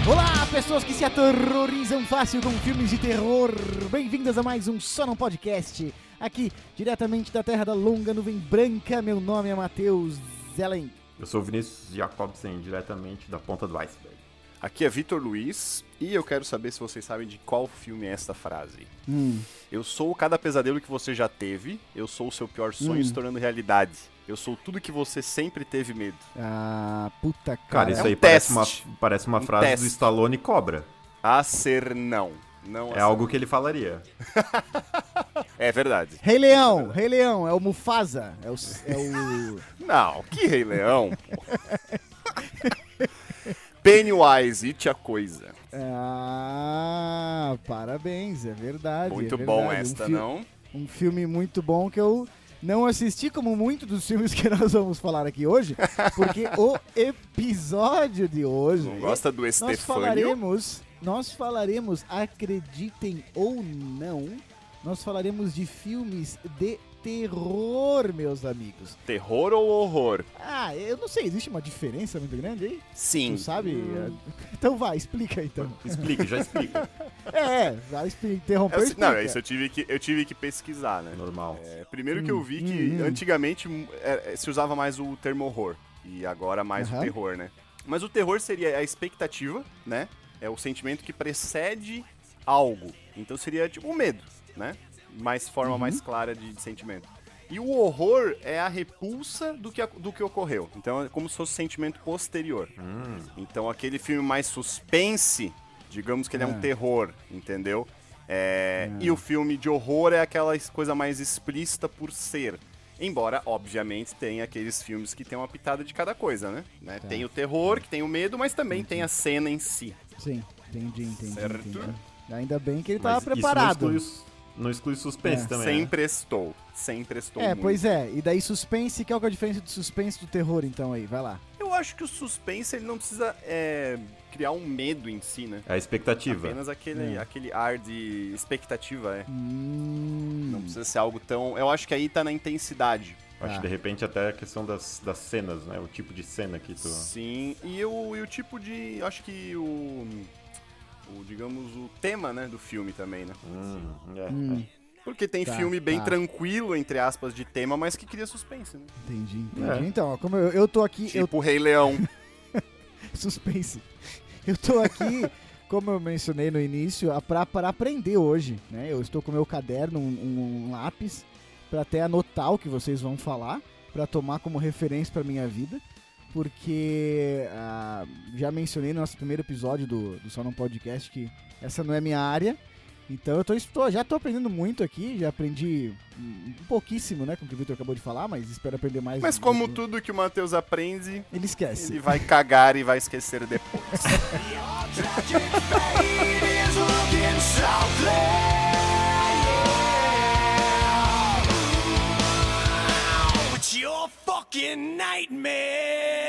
Olá, pessoas que se aterrorizam fácil com filmes de terror. Bem-vindas a mais um Só Não Podcast. Aqui, diretamente da Terra da Longa Nuvem Branca, meu nome é Matheus Zelen. Eu sou o Vinícius Jacobsen, diretamente da ponta do iceberg. Aqui é Vitor Luiz e eu quero saber se vocês sabem de qual filme é esta frase. Eu sou cada pesadelo que você já teve, eu sou o seu pior sonho se tornando realidade. Eu sou tudo que você sempre teve medo. Ah, puta Cara, isso é um aí teste. parece uma frase teste. do Stallone Cobra. A ser não. Não É algo que ele falaria. É verdade. Rei Leão, é o Mufasa, é o... Não, que Rei Leão. Pennywise, It a Coisa. Ah, parabéns, é verdade. Muito é bom verdade. esta, não? Um filme muito bom que eu não assisti, como muitos dos filmes que nós vamos falar aqui hoje, porque o episódio de hoje... Não gosta do Estefânio? Nós falaremos, acreditem ou não, nós falaremos de filmes de terror, meus amigos. Terror ou horror? Ah, eu não sei, existe uma diferença muito grande aí? Sim. Tu sabe? Então vai, explica então. Explica, já explica. Vai interromper, explica. Não, isso eu tive que pesquisar, né? Normal. Primeiro que eu vi que antigamente se usava mais o termo horror e agora mais o terror, né? Mas o terror seria a expectativa, né? É o sentimento que precede algo. Então seria tipo o medo, né? Forma mais clara de sentimento. E o horror é a repulsa do que ocorreu. Então é como se fosse um sentimento posterior. Então aquele filme mais suspense, digamos que ele é um terror, entendeu? E o filme de horror é aquela coisa mais explícita por ser. Embora, obviamente, tenha aqueles filmes que tem uma pitada de cada coisa, né? Tem o terror, que tem o medo, mas também tem a cena em si. Sim, entendi. Certo? Entendi. Ainda bem que ele Mas tava preparado. Isso não exclui suspense também, Sempre estou muito. Pois é. E daí suspense, qual que é a diferença do suspense e do terror, então, aí? Vai lá. Eu acho que o suspense, ele não precisa criar um medo em si, né? É a expectativa. Apenas aquele ar de expectativa, Não precisa ser algo tão... Eu acho que aí tá na intensidade. Acho que de repente até a questão das cenas, né? O tipo de cena que tu... Sim, e o tipo de... Acho que digamos, o tema, né, do filme também, né? Porque tem filme bem tranquilo, entre aspas, de tema, mas que cria suspense, né? Entendi. Então, ó, como eu tô aqui... Tipo Rei Leão. Suspense. Eu tô aqui, como eu mencionei no início, para aprender hoje, né? Eu estou com meu caderno, um lápis, para até anotar o que vocês vão falar, para tomar como referência para minha vida, porque já mencionei no nosso primeiro episódio do Só Não Podcast que essa não é minha área, então já tô aprendendo muito aqui, já aprendi um pouquíssimo, né, com o que o Victor acabou de falar, mas espero aprender mais. Mas como tudo que o Matheus aprende, ele esquece. Ele vai cagar e vai esquecer depois. Your fucking nightmare.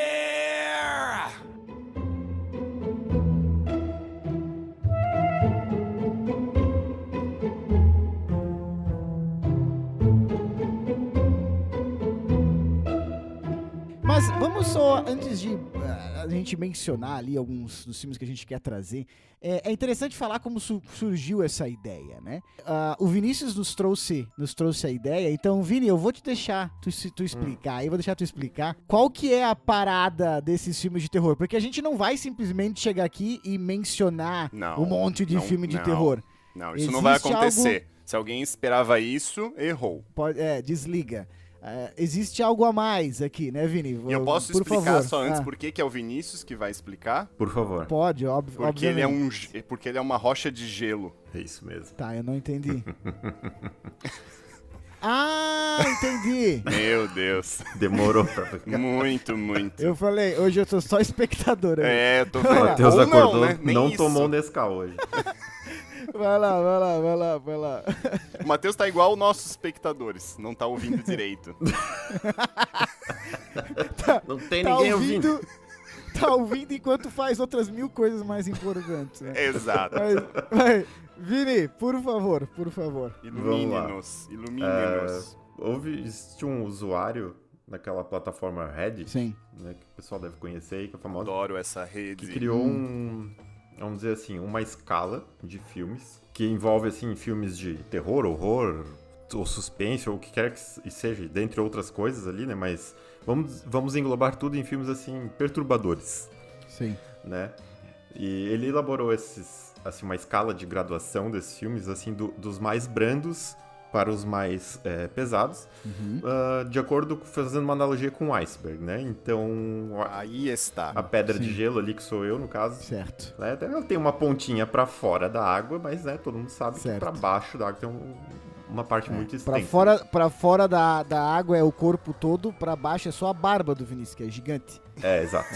Mas vamos só, antes de a gente mencionar ali alguns dos filmes que a gente quer trazer, é interessante falar como surgiu essa ideia, né? O Vinícius nos trouxe a ideia, então, Vini, eu vou te deixar tu explicar, eu vou deixar tu explicar qual que é a parada desses filmes de terror, porque a gente não vai simplesmente chegar aqui e mencionar um monte de filme de terror. Não, isso não vai acontecer. Se alguém esperava isso, errou. Desliga. Existe algo a mais aqui, né, Vini? E eu posso explicar só antes por que é o Vinícius que vai explicar? Por favor. Pode, óbvio. Porque ele é uma rocha de gelo. É isso mesmo. Tá, eu não entendi. Entendi. Meu Deus. Demorou pra ficar. Muito. Eu falei, hoje eu tô só espectador. Eu tô vendo. O Matheus acordou, não isso. tomou Nescau hoje. Vai lá. O Matheus tá igual os nossos espectadores, não tá ouvindo direito. Não tem ninguém ouvindo. Tá ouvindo enquanto faz outras 1000 coisas mais importantes. Né? Exato. Mas, Vini, por favor. Ilumine-nos. Existe um usuário naquela plataforma Reddit, sim, né, que o pessoal deve conhecer aí, que é famosa. Adoro essa rede. Que criou vamos dizer assim, uma escala de filmes que envolve, assim, filmes de terror, horror, ou suspense, ou o que quer que seja, dentre outras coisas ali, né? Mas vamos englobar tudo em filmes, assim, perturbadores. Sim. Né? E ele elaborou uma escala de graduação desses filmes, assim, dos mais brandos para os mais pesados, de acordo, fazendo uma analogia com o iceberg, né? Então, aí está. A pedra Sim. de gelo ali, que sou eu, no caso, Certo. né? Ela tem uma pontinha para fora da água, mas, né, todo mundo sabe Certo. que para baixo da água tem uma parte muito extensa. Pra fora da água é o corpo todo, pra baixo é só a barba do Vinícius, que é gigante. Exato.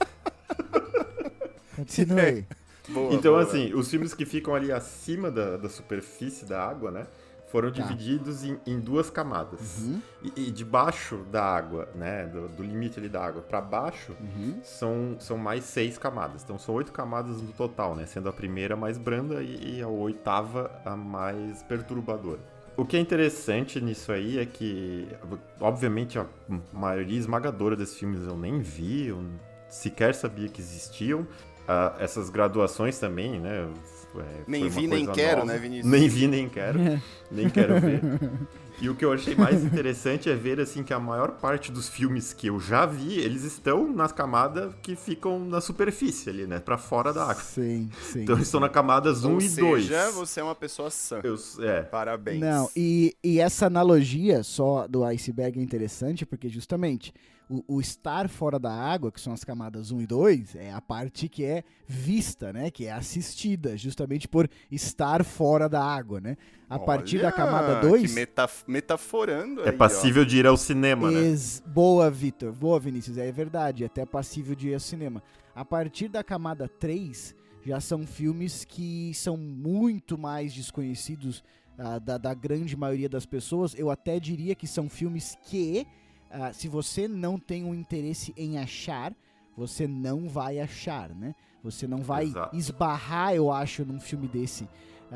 Continua aí. Boa, Então, boa. assim, os filmes que ficam ali acima da superfície da água, né? Foram divididos em duas camadas. E debaixo da água, né? Do limite ali da água para baixo, são mais 6 camadas. Então são 8 camadas no total, né? Sendo a primeira a mais branda e a 8ª a mais perturbadora. O que é interessante nisso aí é que, obviamente, a maioria esmagadora desses filmes eu nem vi, eu sequer sabia que existiam. Essas graduações também, né? Nem vi, nem quero, né, Vinícius? Nem vi, nem quero. Nem quero ver. E o que eu achei mais interessante é ver, assim, que a maior parte dos filmes que eu já vi, eles estão nas camadas que ficam na superfície ali, né? Pra fora da água. Sim. Então eles estão na camadas 1 e 2. Ou seja, você é uma pessoa sã. Parabéns. Não, e essa analogia só do iceberg é interessante porque justamente o estar fora da água, que são as camadas 1 e 2, é a parte que é vista, né? Que é assistida, justamente por estar fora da água, né? A partir da camada 2... Que metaforando aí, É passível de ir ao cinema, né? Boa, Vitor. Boa, Vinícius. É verdade. É até passível de ir ao cinema. A partir da camada 3, já são filmes que são muito mais desconhecidos da grande maioria das pessoas. Eu até diria que são filmes que, se você não tem um interesse em achar, você não vai achar, né? Você não vai esbarrar, eu acho, num filme desse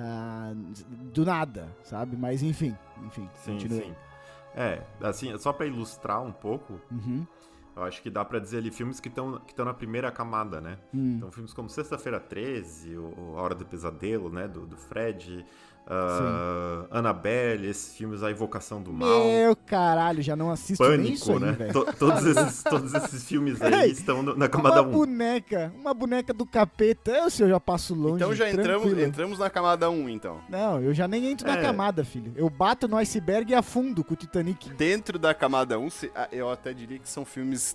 do nada, sabe? Mas enfim, continue. Sim. Assim, só pra ilustrar um pouco, eu acho que dá pra dizer ali filmes que estão na primeira camada, né? Então filmes como Sexta-feira 13, ou A Hora do Pesadelo, né? Do Fred, Annabelle, esses filmes, A Invocação do Mal. Meu caralho, já não assisto Pânico, nem isso aí, né? velho. Todos esses filmes aí estão na camada 1. Uma boneca do capeta, eu já passo longe. Então já tranquilo. entramos na camada 1, então. Não, eu já nem entro na camada, filho. Eu bato no iceberg e afundo com o Titanic. Dentro da camada 1, eu até diria que são filmes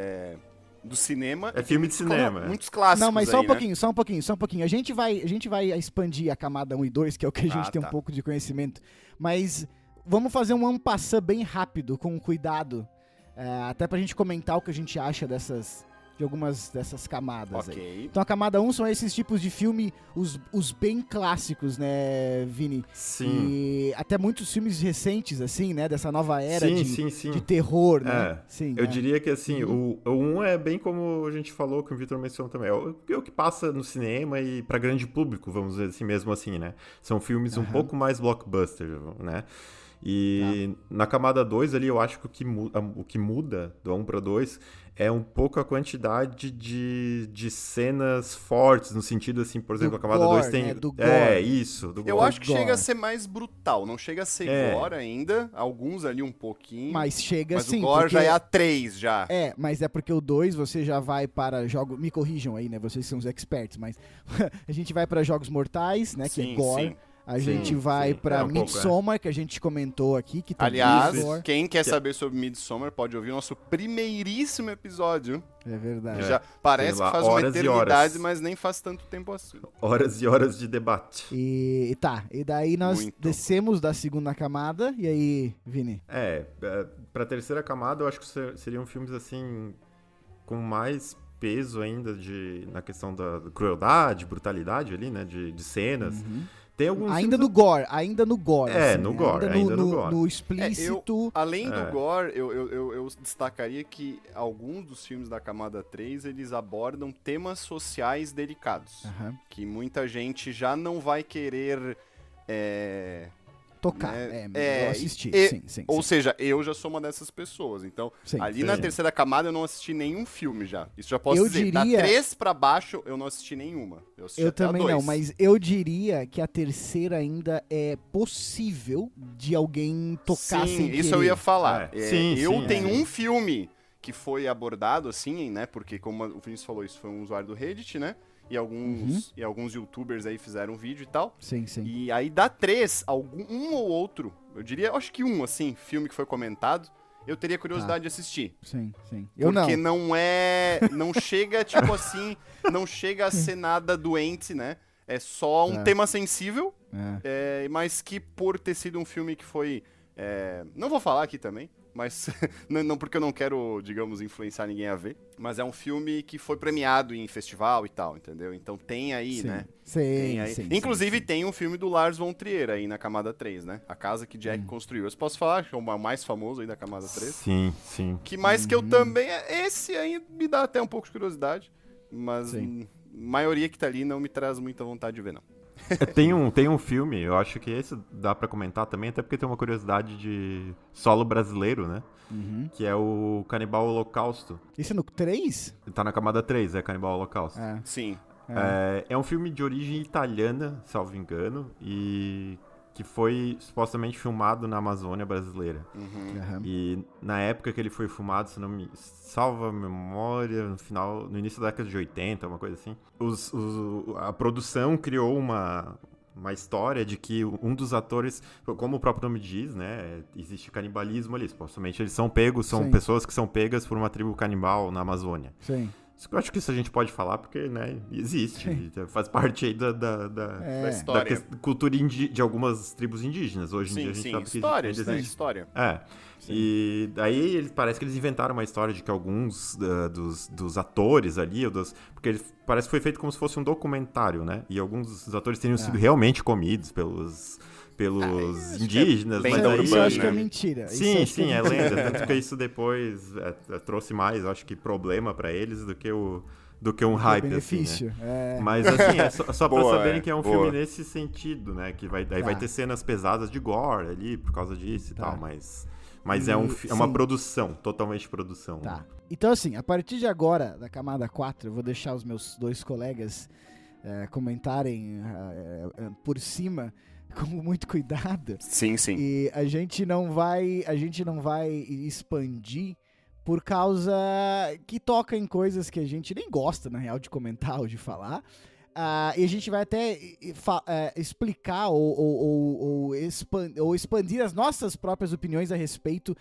do cinema. É filme de cinema. Muitos clássicos. Não, mas só aí, só um pouquinho. A gente vai expandir a camada 1 e 2, que é o que a gente tem um pouco de conhecimento. Mas vamos fazer um en passant bem rápido, com cuidado. Até pra gente comentar o que a gente acha de algumas dessas camadas aí. Então a camada 1 são esses tipos de filme, os bem clássicos, né, Vini? Sim. E até muitos filmes recentes, assim, né, dessa nova era de terror, né? Sim, eu diria que, assim, o 1 é bem como a gente falou, que o Victor mencionou também, é o que passa no cinema e pra grande público, vamos dizer assim, mesmo assim, né? São filmes um pouco mais blockbuster, né? E na camada 2 ali, eu acho que o que muda do 1 para 2 é um pouco a quantidade de cenas fortes, no sentido assim, por exemplo, a camada 2 tem... Né? Do gore. Isso, do gore. Eu acho que chega a ser mais brutal, não chega a ser gore ainda, alguns ali um pouquinho. Mas chega sim. Mas o gore já é a 3, já. Mas é porque o 2 você já vai para jogos... Me corrijam aí, né? Vocês são os experts, mas a gente vai para Jogos Mortais, né? Que é gore. Sim. A gente vai pra Midsommar, que a gente comentou aqui. Que aliás, quem quer saber sobre Midsommar pode ouvir o nosso primeiríssimo episódio. É verdade. Já parece que faz uma eternidade, mas nem faz tanto tempo assim. Horas e horas de debate. E daí nós descemos da segunda camada, e aí, Vini? Pra terceira camada, eu acho que seriam filmes assim, com mais peso ainda na questão da crueldade, brutalidade ali, né, de cenas. Tem alguns ainda no gore. Assim, no gore, ainda no gore. No explícito. Além do gore, eu destacaria que alguns dos filmes da camada 3, eles abordam temas sociais delicados. Que muita gente já não vai querer... tocar. Né? Eu assisti, sim. Ou seja, eu já sou uma dessas pessoas. Então, Sim. ali na terceira camada eu não assisti nenhum filme já. Isso já posso Eu dizer. diria- Da 3 pra baixo eu não assisti nenhuma. Eu assisti Eu até a também 2. não, mas eu diria que a terceira ainda é possível de alguém tocar Sim, sem isso querer. eu ia falar. Eu tenho sim. um filme que foi abordado assim, né? Porque como o Vinícius falou, isso foi um usuário do Reddit, né? E alguns youtubers aí fizeram um vídeo e tal. Sim. E aí da 3, um ou outro, eu diria, acho que assim, filme que foi comentado, eu teria curiosidade de assistir. Sim. Eu Porque não. não chega, tipo assim, não chega a ser nada doente, né? É só um tema sensível, mas que por ter sido um filme que foi... não vou falar aqui também, mas não porque eu não quero, digamos, influenciar ninguém a ver, mas é um filme que foi premiado em festival e tal, entendeu? Então tem aí, Sim. né? Sim, Tem aí. sim, Inclusive sim. tem um filme do Lars von Trier aí na camada 3, né? A casa que Jack construiu. Eu posso falar que é o mais famoso aí da camada 3. Sim. Que mais que eu também... Esse aí me dá até um pouco de curiosidade, mas a maioria que tá ali não me traz muita vontade de ver, não. Tem um filme, eu acho que esse dá pra comentar também, até porque tem uma curiosidade de solo brasileiro, né? Que é o Canibal Holocausto. Isso é no 3? Tá na camada 3, é Canibal Holocausto. Sim. É um filme de origem italiana, salvo engano, e que foi supostamente filmado na Amazônia brasileira. E na época que ele foi filmado, se não me salva a memória, no início da década de 80, uma coisa assim, a produção criou uma história de que um dos atores, como o próprio nome diz, né, existe canibalismo ali, supostamente eles são pegos, são pessoas que são pegas por uma tribo canibal na Amazônia. Sim. Eu acho que isso a gente pode falar porque, né, existe, faz parte aí da história. Cultura de algumas tribos indígenas. Hoje em dia a gente sabe que História, ainda existe. história. E daí parece que eles inventaram uma história de que alguns dos atores ali, porque parece que foi feito como se fosse um documentário, né? E alguns dos atores teriam sido realmente comidos pelos indígenas. bem Mas da aí, Isso eu acho né? que é mentira. Sim, é lenda. Tanto que isso depois trouxe mais, acho que, problema pra eles do que um hype, benefício. assim, né? Mas, assim, é só pra Boa, saberem que é um boa. filme nesse sentido, né? Que vai ter cenas pesadas de gore ali, por causa disso e tal, mas é uma produção, totalmente produção. Tá. Né? Então, assim, a partir de agora, da camada 4, eu vou deixar os meus dois colegas comentarem por cima, com muito cuidado. Sim. E a gente não vai expandir por causa que toca em coisas que a gente nem gosta, na real, de comentar ou de falar. E a gente vai até explicar ou expandir as nossas próprias opiniões a respeito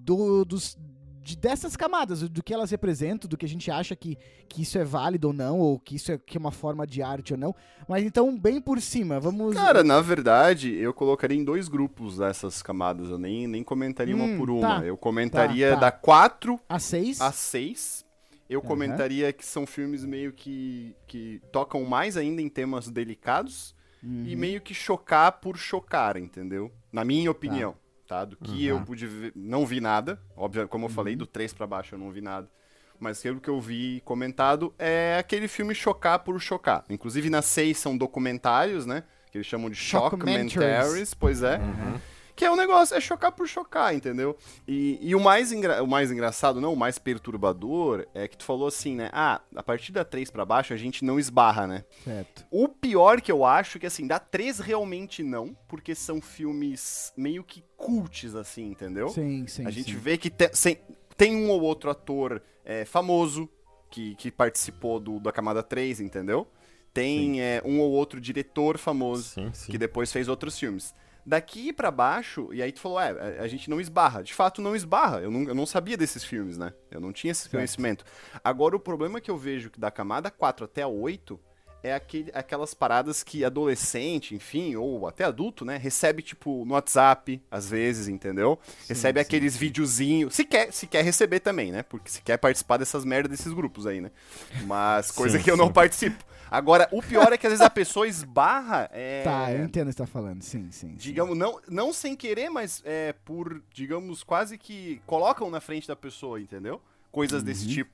dessas camadas, do que elas representam, do que a gente acha que isso é válido ou não, ou que isso é uma forma de arte ou não. Mas então, bem por cima, vamos... Cara, na verdade, eu colocaria em 2 grupos essas camadas. Eu nem comentaria uma por uma. Tá. Eu comentaria Tá. da 4 A 6? a 6. Eu comentaria que são filmes meio que tocam mais ainda em temas delicados e meio que chocar por chocar, entendeu? Na minha opinião. Tá? Do que eu pude ver, não vi nada, óbvio, como eu falei, do 3 pra baixo eu não vi nada, mas pelo que eu vi comentado, é aquele filme chocar por chocar. Inclusive na 6 são documentários, né, que eles chamam de shockumentaries, pois é, que é um negócio, é chocar por chocar, entendeu? E o mais engraçado, não, o mais perturbador, é que tu falou assim, né, a partir da 3 pra baixo a gente não esbarra, né? Certo. O pior que eu acho é que, assim, da 3 realmente não, porque são filmes meio que cults, assim, entendeu? Sim. A gente vê que tem um ou outro ator famoso que participou da camada 3, entendeu? Tem um ou outro diretor famoso que depois fez outros filmes. Daqui pra baixo, e aí tu falou, a gente não esbarra. De fato, não esbarra. Eu não sabia desses filmes, né? Eu não tinha esse conhecimento. Agora, o problema que eu vejo da camada 4 até a 8 é aquelas paradas que adolescente, enfim, ou até adulto, né? Recebe, tipo, no WhatsApp, às vezes, entendeu? Recebe aqueles videozinhos. Se quer receber também, né? Porque se quer participar dessas merdas desses grupos aí, né? Mas coisa que eu não participo. Agora, o pior é que às vezes a pessoa esbarra... Tá, eu entendo o que você tá falando, sim. Digamos, não sem querer, mas por, digamos, quase que colocam na frente da pessoa, entendeu? Coisas desse tipo.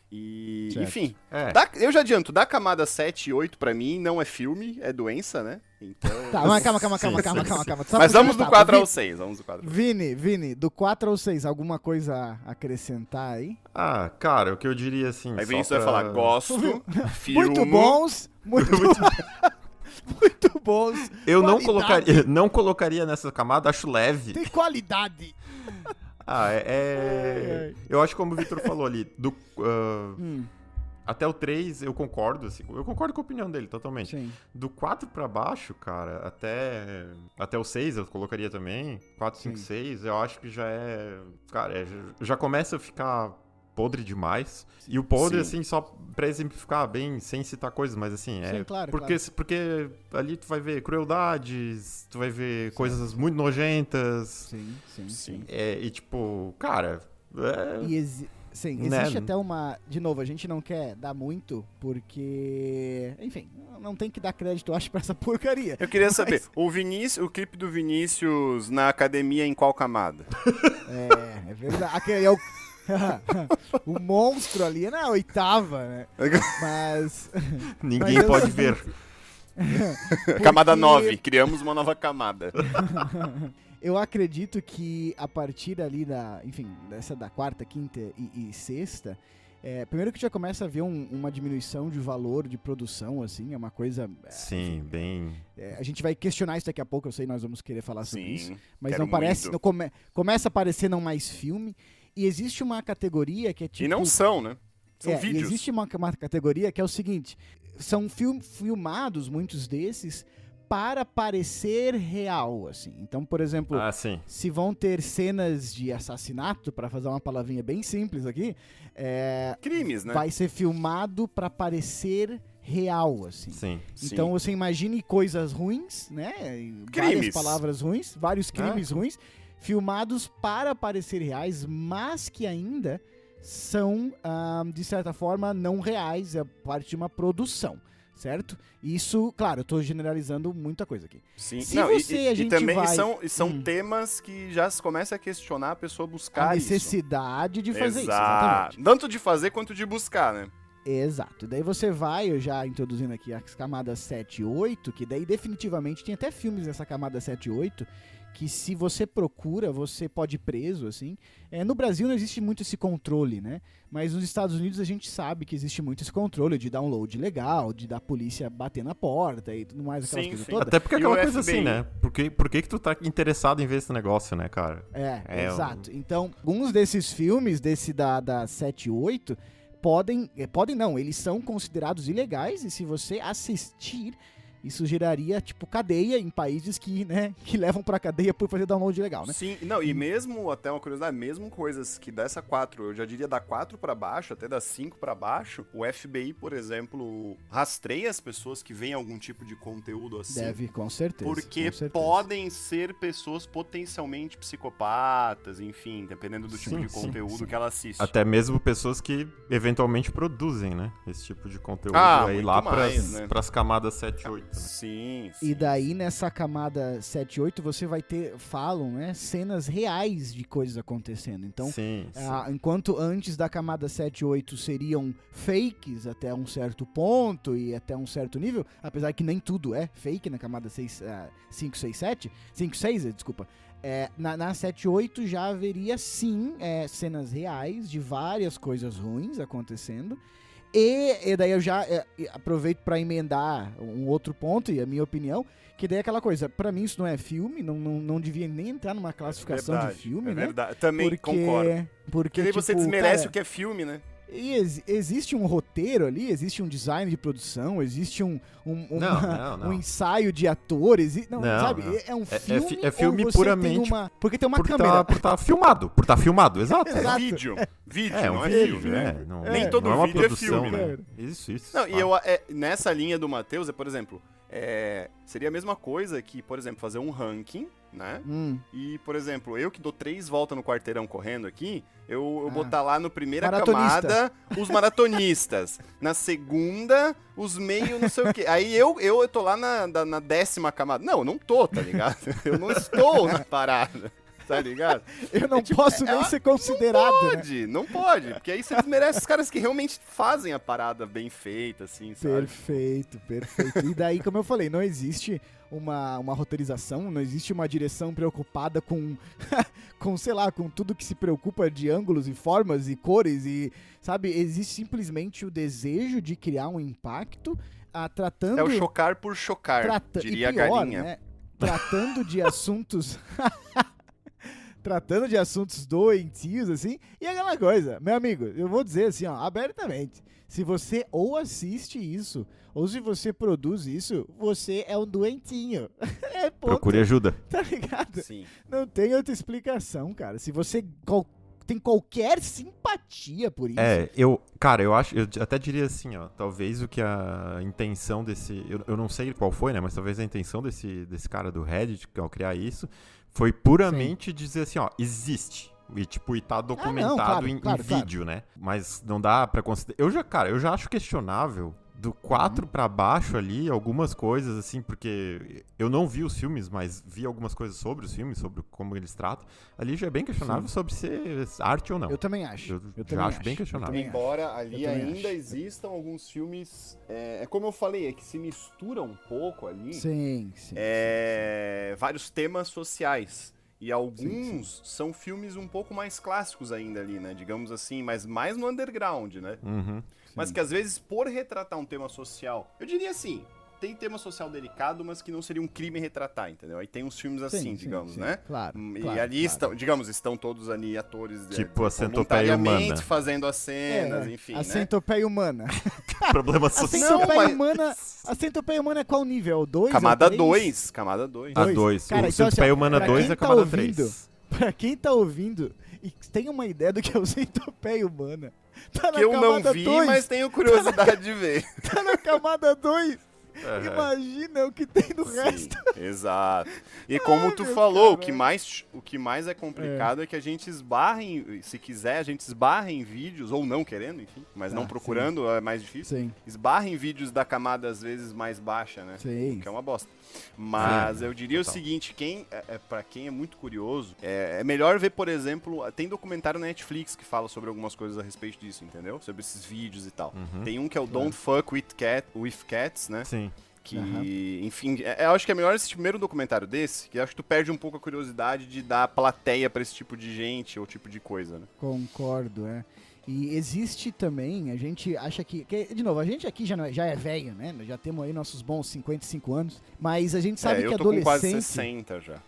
E, Certo. enfim, eu já adianto, da camada 7 e 8 pra mim não é filme, é doença, né? Então... Tá, mas calma. Mas vamos do 4 ao 6, Vini, do 4 ao 6, alguma coisa a acrescentar aí? Ah, cara, o que eu diria assim... Aí Vinícius vai falar, gosto, filme... Muito bons, muito bons. Eu não colocaria nessa camada, acho leve. Tem qualidade. Eu acho como o Victor falou ali, até o 3 eu concordo, assim, eu concordo com a opinião dele, totalmente. Sim. Do 4 pra baixo, cara, até o 6 eu colocaria também, 4, 5, 6, eu acho que já já começa a ficar podre demais. E o podre, assim, só pra exemplificar bem, sem citar coisas, mas assim, Sim, claro, porque ali tu vai ver crueldades, tu vai ver coisas muito nojentas. Sim. E tipo, cara... Existe até uma... De novo, a gente não quer dar muito, porque... Enfim, não tem que dar crédito, eu acho, pra essa porcaria. Eu queria saber, o clipe do Vinícius na academia em qual camada? É verdade. Aquele é o monstro ali é na 8ª, né? Mas... Ninguém pode ver. Camada 9, criamos uma nova camada. Eu acredito que a partir ali da 4ª, 5ª e 6ª, primeiro que já começa a ver uma diminuição de valor de produção, assim, é uma coisa... Sim, bem... a gente vai questionar isso daqui a pouco, eu sei, nós vamos querer falar sobre isso. Mas não parece... Começa a parecer não mais filme, e existe uma categoria que é tipo... E não são, né? São vídeos. Existe uma categoria que é o seguinte, são filmados, muitos desses, para parecer real, assim. Então, por exemplo, se vão ter cenas de assassinato, para fazer uma palavrinha bem simples aqui, crimes, né? Vai ser filmado para parecer real, assim. Sim. Então você imagine coisas ruins, né? Várias palavras ruins, vários crimes ruins, filmados para parecer reais, mas que ainda são, de certa forma, não reais, é parte de uma produção. Certo? Isso, claro, eu tô generalizando muita coisa aqui. Sim, e também são temas que já se começa a questionar a pessoa buscar a necessidade de fazer isso, exatamente. Tanto de fazer quanto de buscar, né? Exato. Daí você vai, eu já introduzindo aqui as camadas 7 e 8, que daí definitivamente tem até filmes nessa camada 7 e 8, que se você procura, você pode ir preso, assim. No Brasil não existe muito esse controle, né? Mas nos Estados Unidos a gente sabe que existe muito esse controle de download legal, de da polícia bater na porta e tudo mais, aquelas coisas todas. Até porque é aquela coisa FBI. Assim, né? Por que tu tá interessado em ver esse negócio, né, cara? Exato. Então, alguns desses filmes, da 7 e 8, podem não, eles são considerados ilegais, e se você assistir, isso geraria, tipo, cadeia em países que levam pra cadeia por fazer download ilegal, né? Sim, não, e mesmo, até uma curiosidade, mesmo coisas que dessa 4, eu já diria da 4 pra baixo, até da 5 pra baixo, o FBI, por exemplo, rastreia as pessoas que veem algum tipo de conteúdo assim. Deve, com certeza. Porque podem ser pessoas potencialmente psicopatas, enfim, dependendo do tipo de conteúdo que ela assiste. Até mesmo pessoas que eventualmente produzem, né? Esse tipo de conteúdo aí lá pras camadas 7 e 8. Sim. E daí nessa camada 7 e 8 você vai ter, né, cenas reais de coisas acontecendo. Então, enquanto antes da camada 7 e 8 seriam fakes até um certo ponto e até um certo nível, apesar que nem tudo é fake na camada 5, 6, 6, desculpa. Na 7 e 8 já haveria sim cenas reais de várias coisas ruins acontecendo. E daí eu já aproveito para emendar um outro ponto, e a minha opinião, que daí é aquela coisa, pra mim isso não é filme, não devia nem entrar numa classificação de filme, né? Verdade, também concordo. Porque aí você desmerece o que é filme, né? E existe um roteiro ali, existe um design de produção, existe um ensaio de atores, sabe? Não. É um filme. É filme puramente. Porque tem uma câmera. Por tá filmado, exato. É vídeo, não é filme, né? Nem todo não vídeo é filme, né? Isso. Não, e nessa linha do Matheus, por exemplo, seria a mesma coisa que, por exemplo, fazer um ranking, né? E, por exemplo, eu que dou 3 voltas no quarteirão correndo aqui, eu botar lá no primeira camada os maratonistas, na segunda os meio não sei o quê. Aí eu tô lá na 10ª camada. Não, eu não tô, tá ligado? Eu não estou na parada. tá ligado? Eu não posso nem ser considerado, né? Não pode, porque aí você desmerece os caras que realmente fazem a parada bem feita, assim, sabe? Perfeito. E daí, como eu falei, não existe uma roteirização, não existe uma direção preocupada com, sei lá, com tudo que se preocupa de ângulos e formas e cores e, sabe, existe simplesmente o desejo de criar um impacto, tratando... É o chocar por chocar, diria e pior, a galinha. Né, tratando de assuntos... tratando de assuntos doentios, assim, e aquela coisa, meu amigo, eu vou dizer assim, ó, abertamente, se você ou assiste isso, ou se você produz isso, você é um doentinho. Ponto. Procure ajuda. Tá ligado? Sim. Não tem outra explicação, cara. Se você tem qualquer simpatia por isso... eu até diria assim, ó, talvez o que a intenção desse, eu não sei qual foi, né, mas talvez a intenção desse cara do Reddit, ao criar isso, foi puramente dizer assim, ó, existe. E, tipo, e tá documentado em vídeo, né? Mas não dá pra considerar... Eu já acho questionável do 4 pra baixo ali, algumas coisas, assim, porque eu não vi os filmes, mas vi algumas coisas sobre os filmes, sobre como eles tratam. Ali já é bem questionável sobre ser arte ou não. Eu também acho. Eu já acho bem questionável. Embora ali ainda existam alguns filmes... É como eu falei, é que se mistura um pouco ali... Sim. Vários temas sociais. E alguns são filmes um pouco mais clássicos ainda ali, né? Digamos assim, mas mais no underground, né? Uhum. Mas que às vezes, por retratar um tema social... Eu diria assim, tem tema social delicado, mas que não seria um crime retratar, entendeu? Aí tem uns filmes assim, digamos, né? Claro. E ali estão, digamos, estão todos ali atores... Tipo a centopeia humana. Fazendo as cenas, enfim, a centopeia humana. Problema social. A centopeia humana é qual nível? 2? Camada 2. Camada 2. A 2. Cara, o centopeia humana 2 é a camada 3. Pra quem tá ouvindo e tem uma ideia do que é o centopeia humana, tá que eu não vi, 2. Mas tenho curiosidade de ver. Tá na camada 2. Imagina o que tem no resto. Exato. E como tu falou, o que mais é complicado é que a gente esbarra se quiser, a gente esbarra em vídeos, ou não querendo, enfim, mas não procurando, é mais difícil. Sim. Esbarra em vídeos da camada, às vezes, mais baixa, né? Sim. Que é uma bosta. Mas eu diria o seguinte, pra quem é muito curioso, é melhor ver, por exemplo, tem documentário na Netflix que fala sobre algumas coisas a respeito disso, entendeu? Sobre esses vídeos e tal. Tem um que é o Don't Fuck with Cats, né? Sim. Que, enfim, eu acho que é melhor esse primeiro documentário desse, que eu acho que tu perde um pouco a curiosidade de dar plateia pra esse tipo de gente ou tipo de coisa, né? Concordo, E existe também, a gente acha que de novo, a gente aqui já é velho, né? Já temos aí nossos bons 55 anos, mas a gente sabe que eu tô adolescente... com quase 60 já.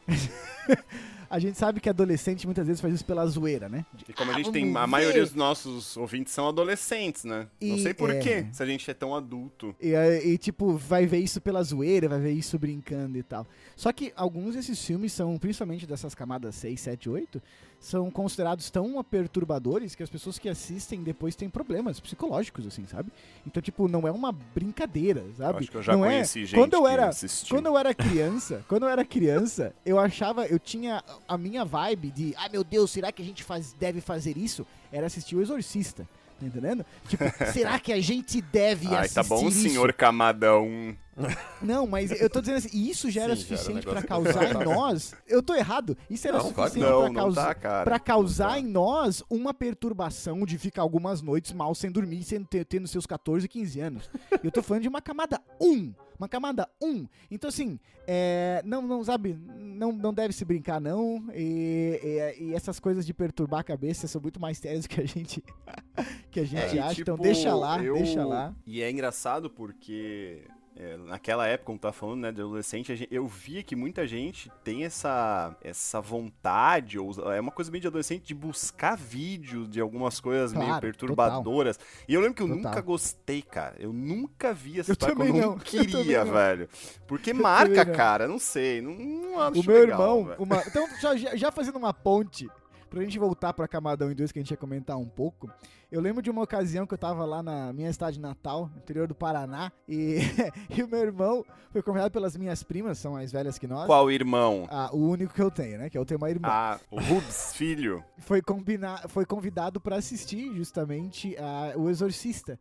A gente sabe que adolescente muitas vezes faz isso pela zoeira, né? E como a gente tem... A maioria dos nossos ouvintes são adolescentes, né? Não sei por quê, se a gente é tão adulto. E tipo, vai ver isso pela zoeira, vai ver isso brincando e tal. Só que alguns desses filmes são, principalmente dessas camadas 6, 7, 8, são considerados tão perturbadores que as pessoas que assistem depois têm problemas psicológicos, assim, sabe? Então, tipo, não é uma brincadeira, sabe? Eu acho que eu já conheci gente quando eu era criança, eu tinha a minha vibe de, meu Deus, será que a gente deve fazer isso? Era assistir O Exorcista, tá entendendo? Tipo, será que a gente deve assistir isso? Tá bom, senhor Camadão. Não, mas eu tô dizendo assim, isso já era suficiente pra causar em nós... Eu tô errado. Isso era suficiente pra causar em nós uma perturbação de ficar algumas noites mal sem dormir, tendo seus 14, 15 anos. Eu tô falando de uma camada 1. Uma camada 1. Então, assim, não sabe, não deve se brincar, não. E essas coisas de perturbar a cabeça são muito mais sérias do que a gente, acha. Tipo, então, deixa lá. E é engraçado porque... naquela época, como tu tá falando, né, de adolescente, eu via que muita gente tem essa vontade, ou é uma coisa meio de adolescente, de buscar vídeo de algumas coisas meio perturbadoras. Total. E eu lembro que eu nunca gostei, cara. Eu nunca vi essa história que eu não queria, velho. Porque marca, cara, não sei, não acho o meu legal, irmão, então, já fazendo uma ponte, pra gente voltar pra Camadão em 2, que a gente ia comentar um pouco, eu lembro de uma ocasião que eu tava lá na minha cidade natal, interior do Paraná, e o meu irmão foi convidado pelas minhas primas, são mais velhas que nós. Qual irmão? O único que eu tenho, né? Que eu tenho uma irmã. O Rubens, filho. Foi convidado pra assistir justamente O Exorcista.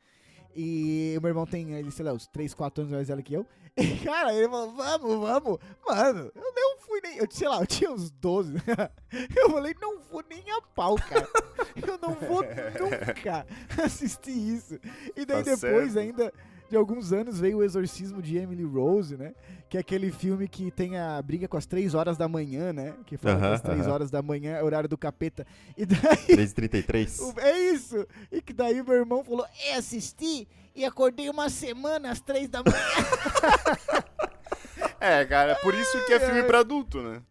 E o meu irmão tem, ele, sei lá, uns 3, 4 anos mais velho que eu. E, cara, ele falou, vamos. Mano, eu não fui nem... Sei lá, eu tinha uns 12. Eu falei, não vou nem a pau, cara. Eu não vou nunca assistir isso. E daí Tá depois, certo. ainda de alguns anos, veio o Exorcismo de Emily Rose, né? Que é aquele filme que tem a briga com as 3 horas da manhã, né? Que fala que as 3 horas da manhã é horário do capeta. E daí... 3h33. É isso! E que daí meu irmão falou, assisti e acordei uma semana às 3 da manhã. É, cara, por isso que é filme pra adulto, né?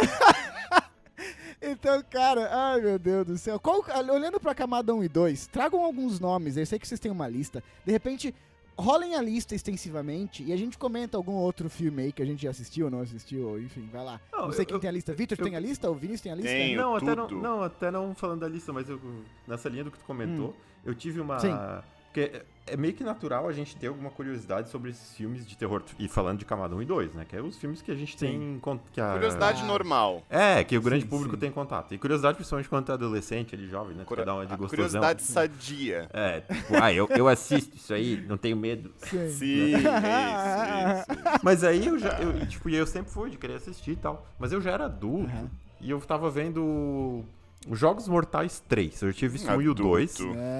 Então, cara, ai meu Deus do céu. Olhando pra camada 1 e 2, tragam alguns nomes, eu sei que vocês têm uma lista. De repente, rolem a lista extensivamente e a gente comenta algum outro filme aí que a gente já assistiu ou não assistiu, ou enfim, vai lá. Não sei quem tem a lista. Vitor tem a lista? O Vinícius tem a lista? Tenho. Não, até não falando da lista, mas nessa linha do que tu comentou, eu tive uma... Sim. Porque é meio que natural a gente ter alguma curiosidade sobre esses filmes de terror. E falando de camada 1 e 2, né? Que é os filmes que a gente tem... Curiosidade normal. Que o grande público tem contato. E curiosidade principalmente quando tu é adolescente, ali jovem, né? Tu quer dar uma de gostosão. Curiosidade sadia. Tipo, eu assisto isso aí, não tenho medo. Sim, isso. Mas aí eu sempre fui de querer assistir e tal. Mas eu já era adulto e eu tava vendo os Jogos Mortais 3. Eu tive visto o 1 e o 2.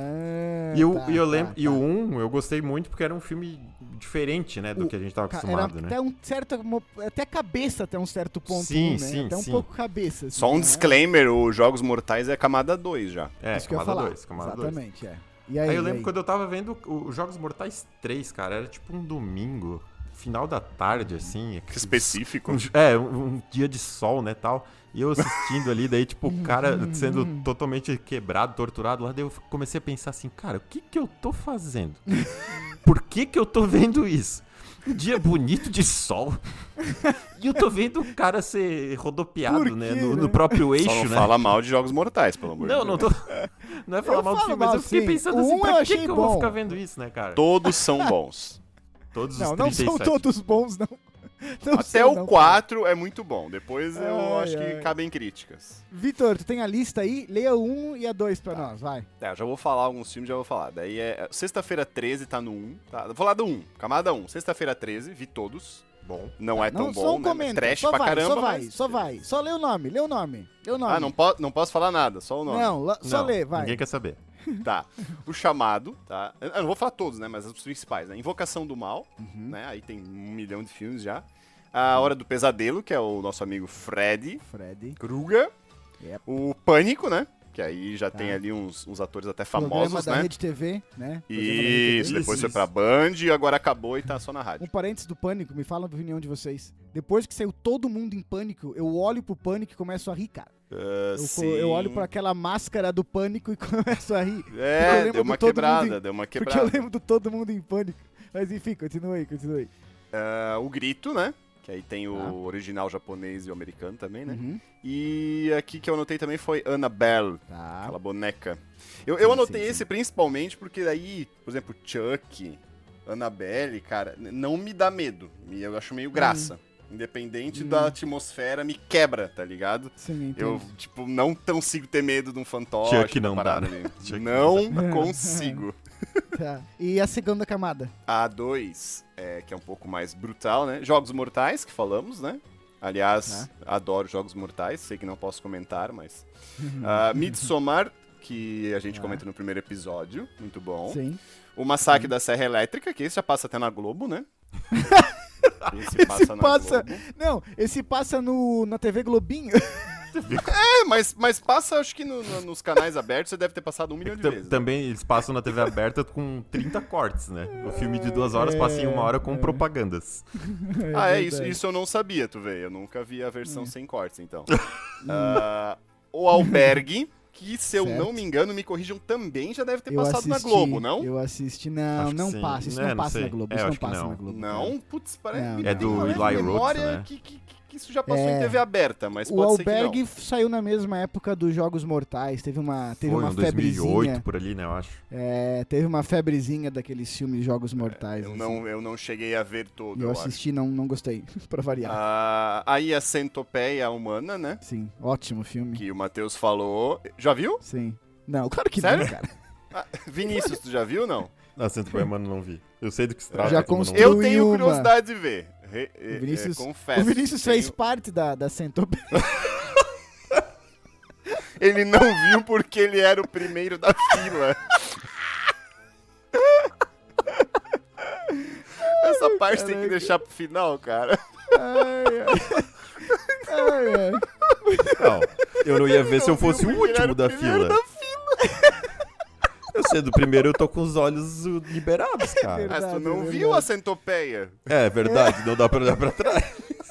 Eu lembro. E o 1 eu gostei muito porque era um filme diferente, né? Do que a gente tava acostumado, né? Até um certo. Até cabeça até um certo ponto. Sim, né? sim. Até um pouco cabeça. Assim, Só um disclaimer: os Jogos Mortais é camada 2 já. Isso que eu ia camada falar. 2. Camada 2. Exatamente, é. E aí eu lembro quando eu tava vendo os Jogos Mortais 3, cara, era tipo um domingo, final da tarde, assim. Que específico. Um dia de sol, né, tal. E eu assistindo ali, daí, tipo, o cara sendo totalmente quebrado, torturado lá, daí eu comecei a pensar assim, cara, o que eu tô fazendo? Por que eu tô vendo isso? Um dia bonito de sol. E eu tô vendo o cara ser rodopiado, né? No próprio eixo, Só não né? fala mal de Jogos Mortais, pelo amor de Deus. Não tô. Não é falar mal do filme, mas eu fiquei pensando assim, pra que eu vou ficar vendo isso, né, cara? Todos são bons. Todos os Não 37. são todos bons, não. Até o 4 é muito bom. Depois eu acho que cabem críticas. Vitor, tu tem a lista aí? Leia o 1 e a 2 pra nós, vai. Eu já vou falar alguns filmes, já vou falar. Daí Sexta-feira 13 tá no 1. Tá? Vou falar do 1. Camada 1. Sexta-feira 13, vi todos. Bom. Não é tão bom, né? Comenta, Trash só pra vai, caramba. Só vai. Só lê o nome. Ah, não posso falar nada, só o nome. Não, lê, vai. Ninguém quer saber. Tá. O Chamado, tá? Eu não vou falar todos, né? Mas os principais, né? Invocação do Mal, né? Aí tem 1 milhão de filmes já. A Hora do Pesadelo, que é o nosso amigo Freddy Krueger. Yep. O Pânico, né? Que aí já tem ali uns atores até famosos, Programa da né? Rede TV, né? Isso, depois foi pra Band e agora acabou e tá só na rádio. Um parênteses do Pânico, me fala a opinião de vocês. Depois que saiu Todo Mundo em Pânico, eu olho pro Pânico e começo a rir, cara. Eu olho pra aquela máscara do Pânico e começo a rir. Deu uma quebrada. Porque eu lembro do Todo Mundo em Pânico. Mas enfim, continua aí. O Grito, né? Que aí tem o original japonês e o americano também, né? E aqui que eu anotei também foi Annabelle, aquela boneca. Eu anotei esse principalmente porque daí, por exemplo, Chuck, Annabelle, cara, não me dá medo. Eu acho meio graça. Independente da atmosfera, me quebra, tá ligado? Sim, eu, tipo, não consigo ter medo de um fantoche. Chuck não dá. Não consigo. Tá. E a segunda camada? A 2, que é um pouco mais brutal, né? Jogos Mortais, que falamos, né? Aliás, adoro Jogos Mortais, sei que não posso comentar, mas... Midsommar, que a gente comenta no primeiro episódio, muito bom. Sim. O Massacre da Serra Elétrica, que esse já passa até na Globo, né? Esse passa... Não, esse passa na TV Globinho. Mas passa, acho que nos canais abertos você deve ter passado 1 milhão de vezes. Também eles passam na TV aberta com 30 cortes, né? O filme de 2 horas passa em 1 hora com propagandas. Isso eu não sabia, tu vê. Eu nunca vi a versão sem cortes, então. O Albergue, que se eu não me engano, me corrijam, também já deve ter passado na Globo, não? Eu assisti, não passa. Isso não passa na Globo. Isso não passa na Globo. Não? Putz, parece é do Eli Roth, né? Que isso já passou em TV aberta, mas o pode ser que não. O Albergue saiu na mesma época dos Jogos Mortais, teve uma febrezinha. 2008, por ali, né, eu acho. Teve uma febrezinha daqueles filmes Jogos Mortais. Eu não cheguei a ver todo, eu assisti, não gostei, pra variar. Aí a Centopeia Humana, né? Sim, ótimo filme. Que o Matheus falou. Já viu? Sim. Não, claro que Sério? não, cara. Vinícius, tu já viu ou não? A Centopeia, mano, não vi. Eu sei do que se trata. Já mas eu não vi. construiu Eu tenho uma. curiosidade de ver. O Confesso. Vinícius fez parte da Centopeia. Ele não viu porque ele era o primeiro da fila. Essa parte tem que deixar pro final, cara. Ai. Não, eu não ia ver se eu Não viu fosse o porque ele era último da primeiro fila. Eu sendo o primeiro, eu tô com os olhos liberados, cara. Verdade, Mas tu não é viu verdade. a centopeia? É verdade, não dá pra olhar pra trás.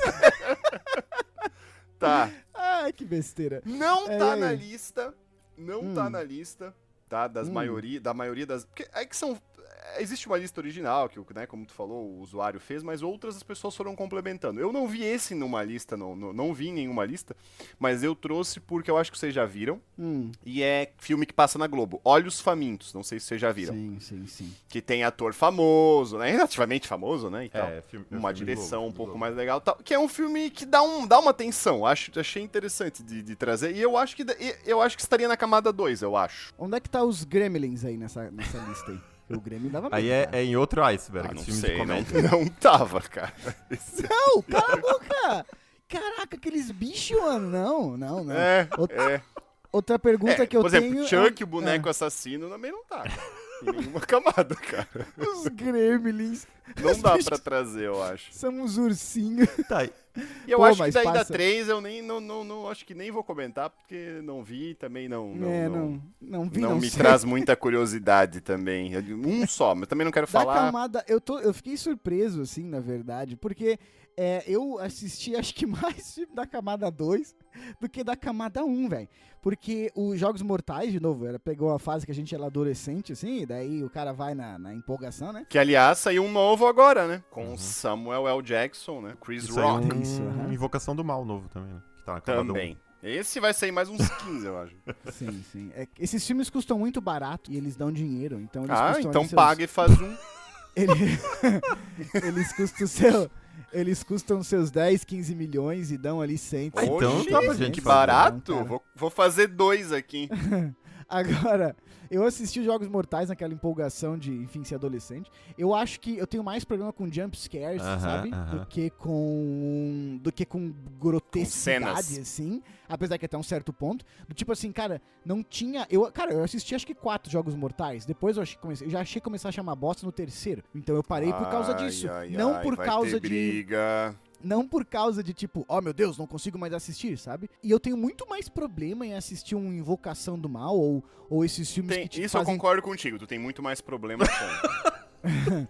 Tá. Ai, que besteira. Não É, tá e aí? na lista. Não tá na lista, tá? Da maioria das. Porque é que são. Existe uma lista original, que, né, como tu falou, o usuário fez, mas outras as pessoas foram complementando. Eu não vi esse numa lista, não vi em nenhuma lista, mas eu trouxe porque eu acho que vocês já viram. E é filme que passa na Globo. Olhos Famintos, não sei se vocês já viram. Sim. Que tem ator famoso, né? Relativamente famoso, né? E tal. Uma Direção um pouco mais legal, tal, que é um filme que dá uma tensão. Achei interessante de trazer. E eu acho que estaria na camada 2, eu acho. Onde é que tá os Gremlins aí nessa lista aí? O Gremlin dava medo, Aí cara. é em outro iceberg, Não filme sei, de comédia. não tava, cara. Não, cala a boca! Caraca, aqueles bichos, mano. Não. Outra pergunta que eu por exemplo, tenho... Chuck, o boneco assassino, também não tá. Em nenhuma camada, cara. Os Gremlins. Não Os dá bichos pra trazer, eu acho. São uns ursinhos. Tá, E eu Pô, acho que mas daí da passa. 3 eu não acho que nem vou comentar, porque não vi, também não Não vi, não não me sei. traz muita curiosidade também. Um só, mas também não quero Da falar. camada, eu fiquei surpreso, assim, na verdade, porque eu assisti, acho que mais filme da camada 2 do que da camada 1, velho. Porque os Jogos Mortais, de novo, pegou a fase que a gente era adolescente, assim, e daí o cara vai na empolgação, né? Que, aliás, saiu um novo agora, né? Com Samuel L. Jackson, né? Chris isso aí Rock. Isso, aham. Invocação do Mal novo também, né? Que tá na camada Também. Esse vai sair mais uns 15, eu acho. Sim. Esses filmes custam muito barato e eles dão dinheiro, então eles Ah, custam então aí seus- paga e faz um. Eles custam seus 10, 15 milhões e dão ali 100. Ah, então Oxi, dá pra gente que fazer, barato. não, cara. Vou fazer 2 aqui. Agora, eu assisti os Jogos Mortais naquela empolgação de, enfim, ser adolescente. Eu acho que eu tenho mais problema com jump scares, sabe? Do que com grotesquidade, cenas. assim. Apesar que até um certo ponto. Do tipo assim, cara, não tinha... Eu assisti acho que 4 Jogos Mortais. Depois eu já achei começar a chamar bosta no terceiro. Então eu parei por causa disso. Não por vai causa ter de... briga. Não por causa de tipo, oh meu Deus, não consigo mais assistir, sabe? E eu tenho muito mais problema em assistir um Invocação do Mal ou esses filmes que te Isso eu fazem... concordo contigo, tu tem muito mais problema com.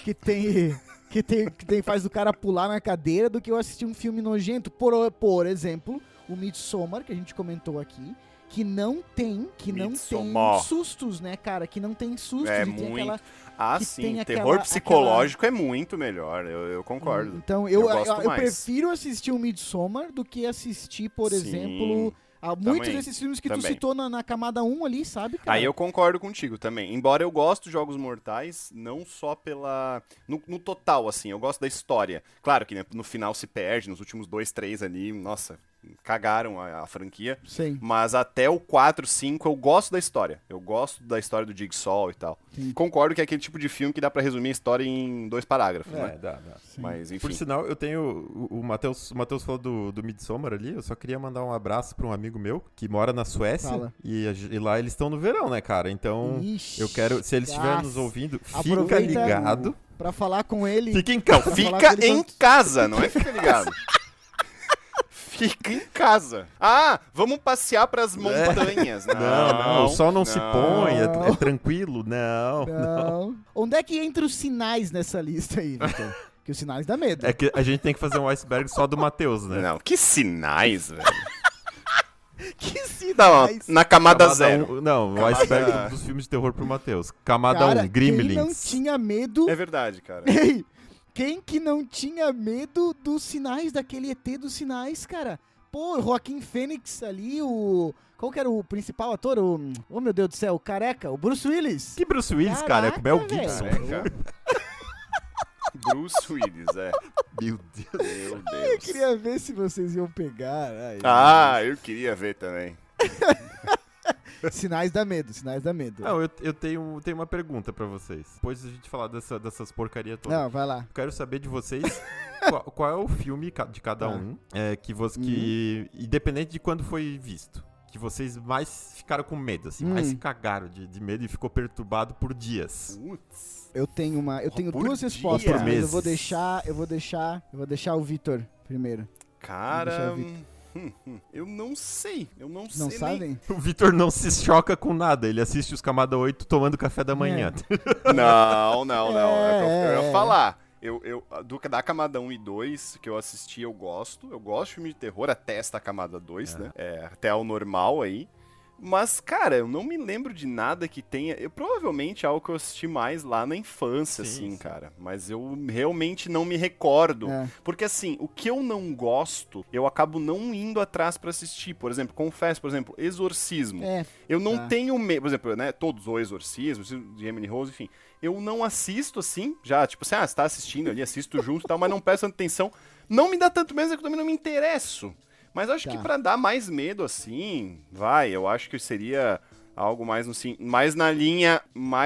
que faz o cara pular na cadeira do que eu assistir um filme nojento. Por exemplo, o Midsommar, que a gente comentou aqui, que não tem Midsommar. sustos, né, cara? Que não tem sustos. É e tem muito. aquela... Ah, que sim, tem terror aquela- psicológico é muito melhor, eu concordo. Então, eu gosto mais. prefiro assistir o Midsommar do que assistir, por Sim, exemplo, muitos também, desses filmes que tu também. citou na camada 1 ali, sabe, cara? Aí eu concordo contigo também. Embora eu goste dos Jogos Mortais, não só pela... No total, assim, eu gosto da história. Claro que, né, no final se perde, nos últimos 2, 3 ali, nossa, cagaram a franquia. Sim. Mas até o 4, 5 eu gosto da história. Eu gosto da história do Jigsaw e tal. Sim. Concordo que é aquele tipo de filme que dá pra resumir a história em 2 parágrafos, né? dá. Sim. Mas, enfim. Por sinal, eu tenho. O Matheus falou do Midsommar ali. Eu só queria mandar um abraço pra um amigo meu que mora na Suécia. Fala. E lá eles estão no verão, né, cara? Então, Ixi, eu quero. Se eles estiverem nos nossa. ouvindo, fica Aproveita ligado. Pra falar com ele. Fica em casa. Pra falar Fica com ele em casa, não é fica ligado. Fica em casa. Ah, vamos passear pras montanhas. Não, o sol não se põe, não. é tranquilo. Não. Não. Onde é que entra os sinais nessa lista aí, Vitor? Que os sinais dá medo. É que a gente tem que fazer um iceberg só do Matheus, né? Não, que sinais, velho. Que Não, sinais? na camada 0. Não, o Camada- iceberg dos filmes de terror pro Matheus. Camada Cara, 1, Gremlins. quem não tinha medo... É verdade, cara. Ei, quem que não tinha medo dos sinais, daquele ET dos sinais, cara? Pô, o Joaquim Fênix ali, qual que era o principal ator? Oh, meu Deus do céu, o careca, o Bruce Willis. Que Bruce Willis, cara? É com o Mel Caraca, Gibson. Careca. Bruce Willis, é. Meu Deus. Meu Eu Deus. queria ver se vocês iam pegar. Ai, Ah, eu queria ver também. Sinais dá medo, sinais dá medo. Não, eu tenho uma pergunta pra vocês. Depois da gente falar dessas porcaria todas. Não, vai lá. Quero saber de vocês qual é o filme de cada um que independente de quando foi visto, que vocês mais ficaram com medo, assim, mais se cagaram de medo e ficou perturbado por dias. Putz. Eu tenho Por duas dia? respostas, Por mas eu meses. vou deixar o Vitor primeiro. Cara, eu não sei. Não sei sabem? O Vitor não se choca com nada, ele assiste os Camada 8 tomando café da manhã. Não. Eu ia É. falar. Da camada 1 e 2 que eu assisti, eu gosto. Eu gosto de filme de terror até esta camada 2, né? Até o normal aí. Mas, cara, eu não me lembro de nada que tenha... provavelmente é algo que eu assisti mais lá na infância, Sim. cara. Mas eu realmente não me recordo. É. Porque, assim, o que eu não gosto, eu acabo não indo atrás pra assistir. Por exemplo, confesso, Exorcismo. Eu não tenho medo... Por exemplo, né, todos o Exorcismo, de Emily Rose, enfim. Eu não assisto, assim, já, tipo assim, você tá assistindo ali, assisto junto e tal, mas não presto tanta atenção. Não me dá tanto medo, é que eu também não me interesso. Mas eu acho que pra dar mais medo, assim, eu acho que seria algo mais na linha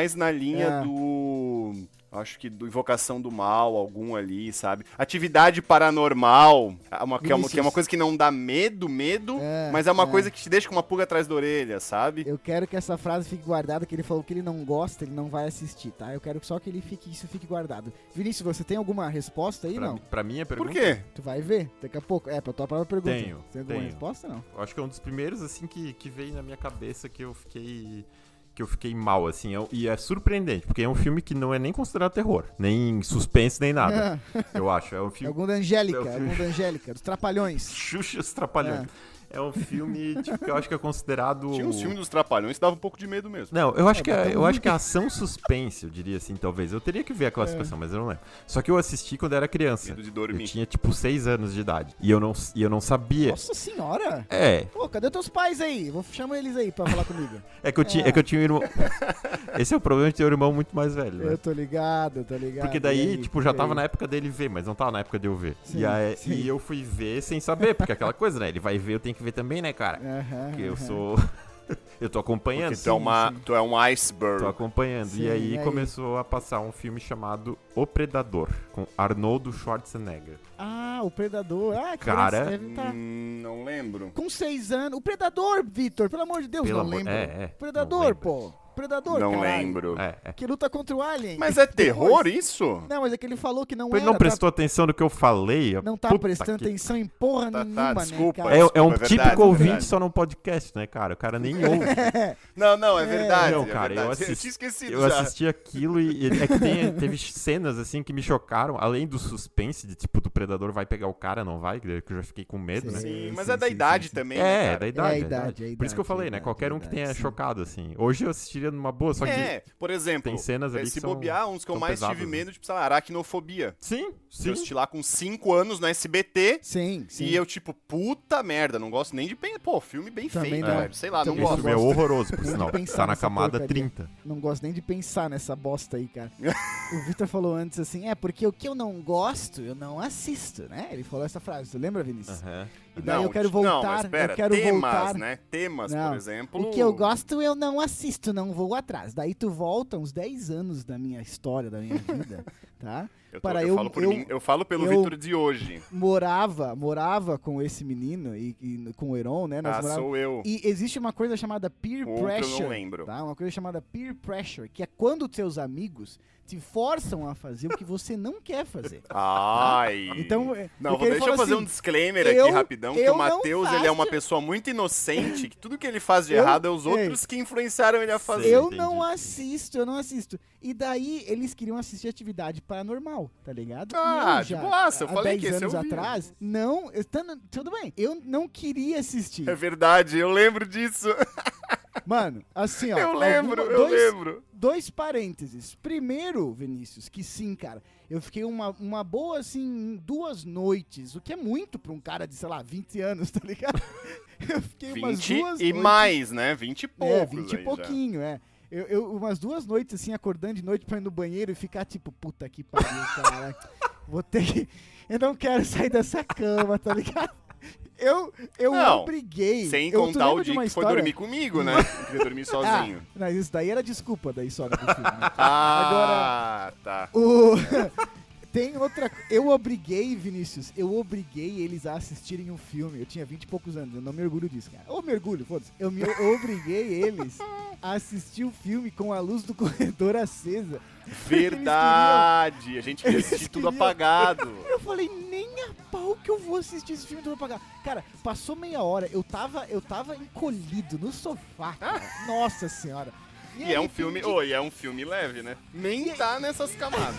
do... Acho que do Invocação do Mal, algum ali, sabe? Atividade Paranormal, que é uma coisa que não dá medo, mas é uma coisa que te deixa com uma pulga atrás da orelha, sabe? Eu quero que essa frase fique guardada, que ele falou que ele não gosta, ele não vai assistir, tá? Eu quero só que isso fique guardado. Vinícius, você tem alguma resposta aí, não? Pra minha pergunta... Por quê? Tu vai ver daqui a pouco. Pra tua própria pergunta. Tenho. Tem alguma resposta, não? Eu acho que é um dos primeiros, assim, que veio na minha cabeça que eu fiquei mal, assim, e é surpreendente, porque é um filme que não é nem considerado terror, nem suspense, nem nada, eu acho. É um filme... Algum da Angélica, dos Trapalhões. Xuxa os Trapalhões. É um filme tipo, que eu acho que é considerado... Tinha uns filmes dos Trapalhões que dava um pouco de medo mesmo. Não, eu acho que é ação suspense, eu diria assim, talvez. Eu teria que ver a classificação, mas eu não lembro. Só que eu assisti quando era criança. Medo de dormir. Eu tinha, tipo, 6 anos de idade. E eu não sabia. Nossa senhora! É. Pô, cadê teus pais aí? Chama eles aí pra falar comigo. É que eu tinha um irmão... Esse é o problema de ter um irmão muito mais velho, né? Eu tô ligado. Porque daí, tipo, já tava na época dele ver, mas não tava na época de eu ver. Sim, e eu fui ver sem saber, porque aquela coisa, né? Ele vai ver, eu tenho que ver também, né, cara? Porque eu sou... Eu tô acompanhando. Porque tu é um iceberg. Tô acompanhando. Sim, e aí começou a passar um filme chamado O Predador, com Arnold Schwarzenegger. Ah, o Predador. Ah, que Cara, deve tá. Não lembro. Com 6 anos. O Predador, Vitor, pelo amor de Deus, não lembro. Predador, pô. Predador, não caralho. lembro. Que luta contra o Alien. Mas é terror isso? Não, mas é que ele falou que não Ele era. não prestou atenção no que eu falei. Não tá prestando atenção em porra nenhuma, desculpa. né, cara? É um verdade, típico é ouvinte verdade. só no podcast, né, cara? O cara nem ouve. Não, é verdade. Não, é cara, verdade. eu tinha esquecido eu já. assisti aquilo e é que teve cenas, assim, que me chocaram, além do suspense, de tipo, do predador vai pegar o cara, não vai, que eu já fiquei com medo, né? Sim, mas é da idade também, né, É, cara? da idade. É a idade, Por isso que eu falei, né? Qualquer um que tenha chocado, assim. Hoje eu assistiria numa boa, só que... Por exemplo, tem cenas ali se que são- bobear, uns que eu são mais pesadas, tive né? medo, tipo, sei lá, aracnofobia. Sim, Eu sim. assisti lá com 5 anos no SBT. Sim. E eu, tipo, puta merda, não gosto nem de pensar. Pô, filme bem Também feito, não. velho. Sei lá, não Também Esse gosto. filme é horroroso, por Nem de sinal. pensar Tá na nessa camada porcaria. 30. Não gosto nem de pensar nessa bosta aí, cara. O Vitor falou antes assim, porque o que eu não gosto, eu não assisto, né? Ele falou essa frase, você lembra, Vinícius? Aham. E daí eu quero voltar, Não, mas pera, eu quero temas, voltar. né? Temas, Não, por exemplo. O que eu gosto, eu não assisto, não vou atrás. Daí tu volta uns 10 anos da minha história, da minha vida, tá? Eu falo pelo Vitor de hoje. Morava com esse menino e com o Heron, né? Sou eu. E existe uma coisa chamada peer Ou que eu não pressure. lembro. Tá? Uma coisa chamada peer pressure, que é quando seus amigos te forçam a fazer o que você não quer fazer. Ai. Então, Não, porque ele deixa eu falou fazer assim, um disclaimer eu- aqui rapidão, que eu o não Matheus, ele é uma faço- pessoa muito inocente, que tudo que ele faz de Eu- errado é os Ei. outros que influenciaram ele a fazer. eu entendi. não assisto. E daí eles queriam assistir Atividade Paranormal, tá ligado? Ah, E de boaça, eu há falei 10 que esse anos eu vi. atrás, não, tudo bem, eu não queria assistir. É verdade, eu lembro disso. Mano, assim, ó. Eu lembro. Dois parênteses. Primeiro, Vinícius, que sim, cara, eu fiquei uma boa, assim, 2 noites, o que é muito pra um cara de, sei lá, 20 anos, tá ligado? Eu fiquei umas 20 duas e noites. mais, né? 20 e poucos. 20 e aí já. pouquinho, Eu umas 2 noites, assim, acordando de noite pra ir no banheiro e ficar tipo, puta que pariu, cara. Vou ter que... Eu não quero sair dessa cama, tá ligado? Eu Não, obriguei. Sem tu contar lembra o de dia uma que foi história? dormir comigo, né? Queria dormir sozinho. Mas isso daí era desculpa da história do filme. Agora, tá. Tem outra... Eu obriguei, Vinícius, eles a assistirem um filme. Eu tinha 20 e poucos anos, eu não me orgulho disso, cara. Ou me orgulho, foda-se. Eu obriguei eles a assistir o filme com a luz do corredor acesa. Verdade! A gente queria assistir tudo apagado. Eu falei, nem a pau que eu vou assistir esse filme tudo apagado. Cara, passou meia hora, eu tava encolhido no sofá, cara. Nossa senhora. E é um filme, e é um filme leve, né? Nem tá nessas camadas.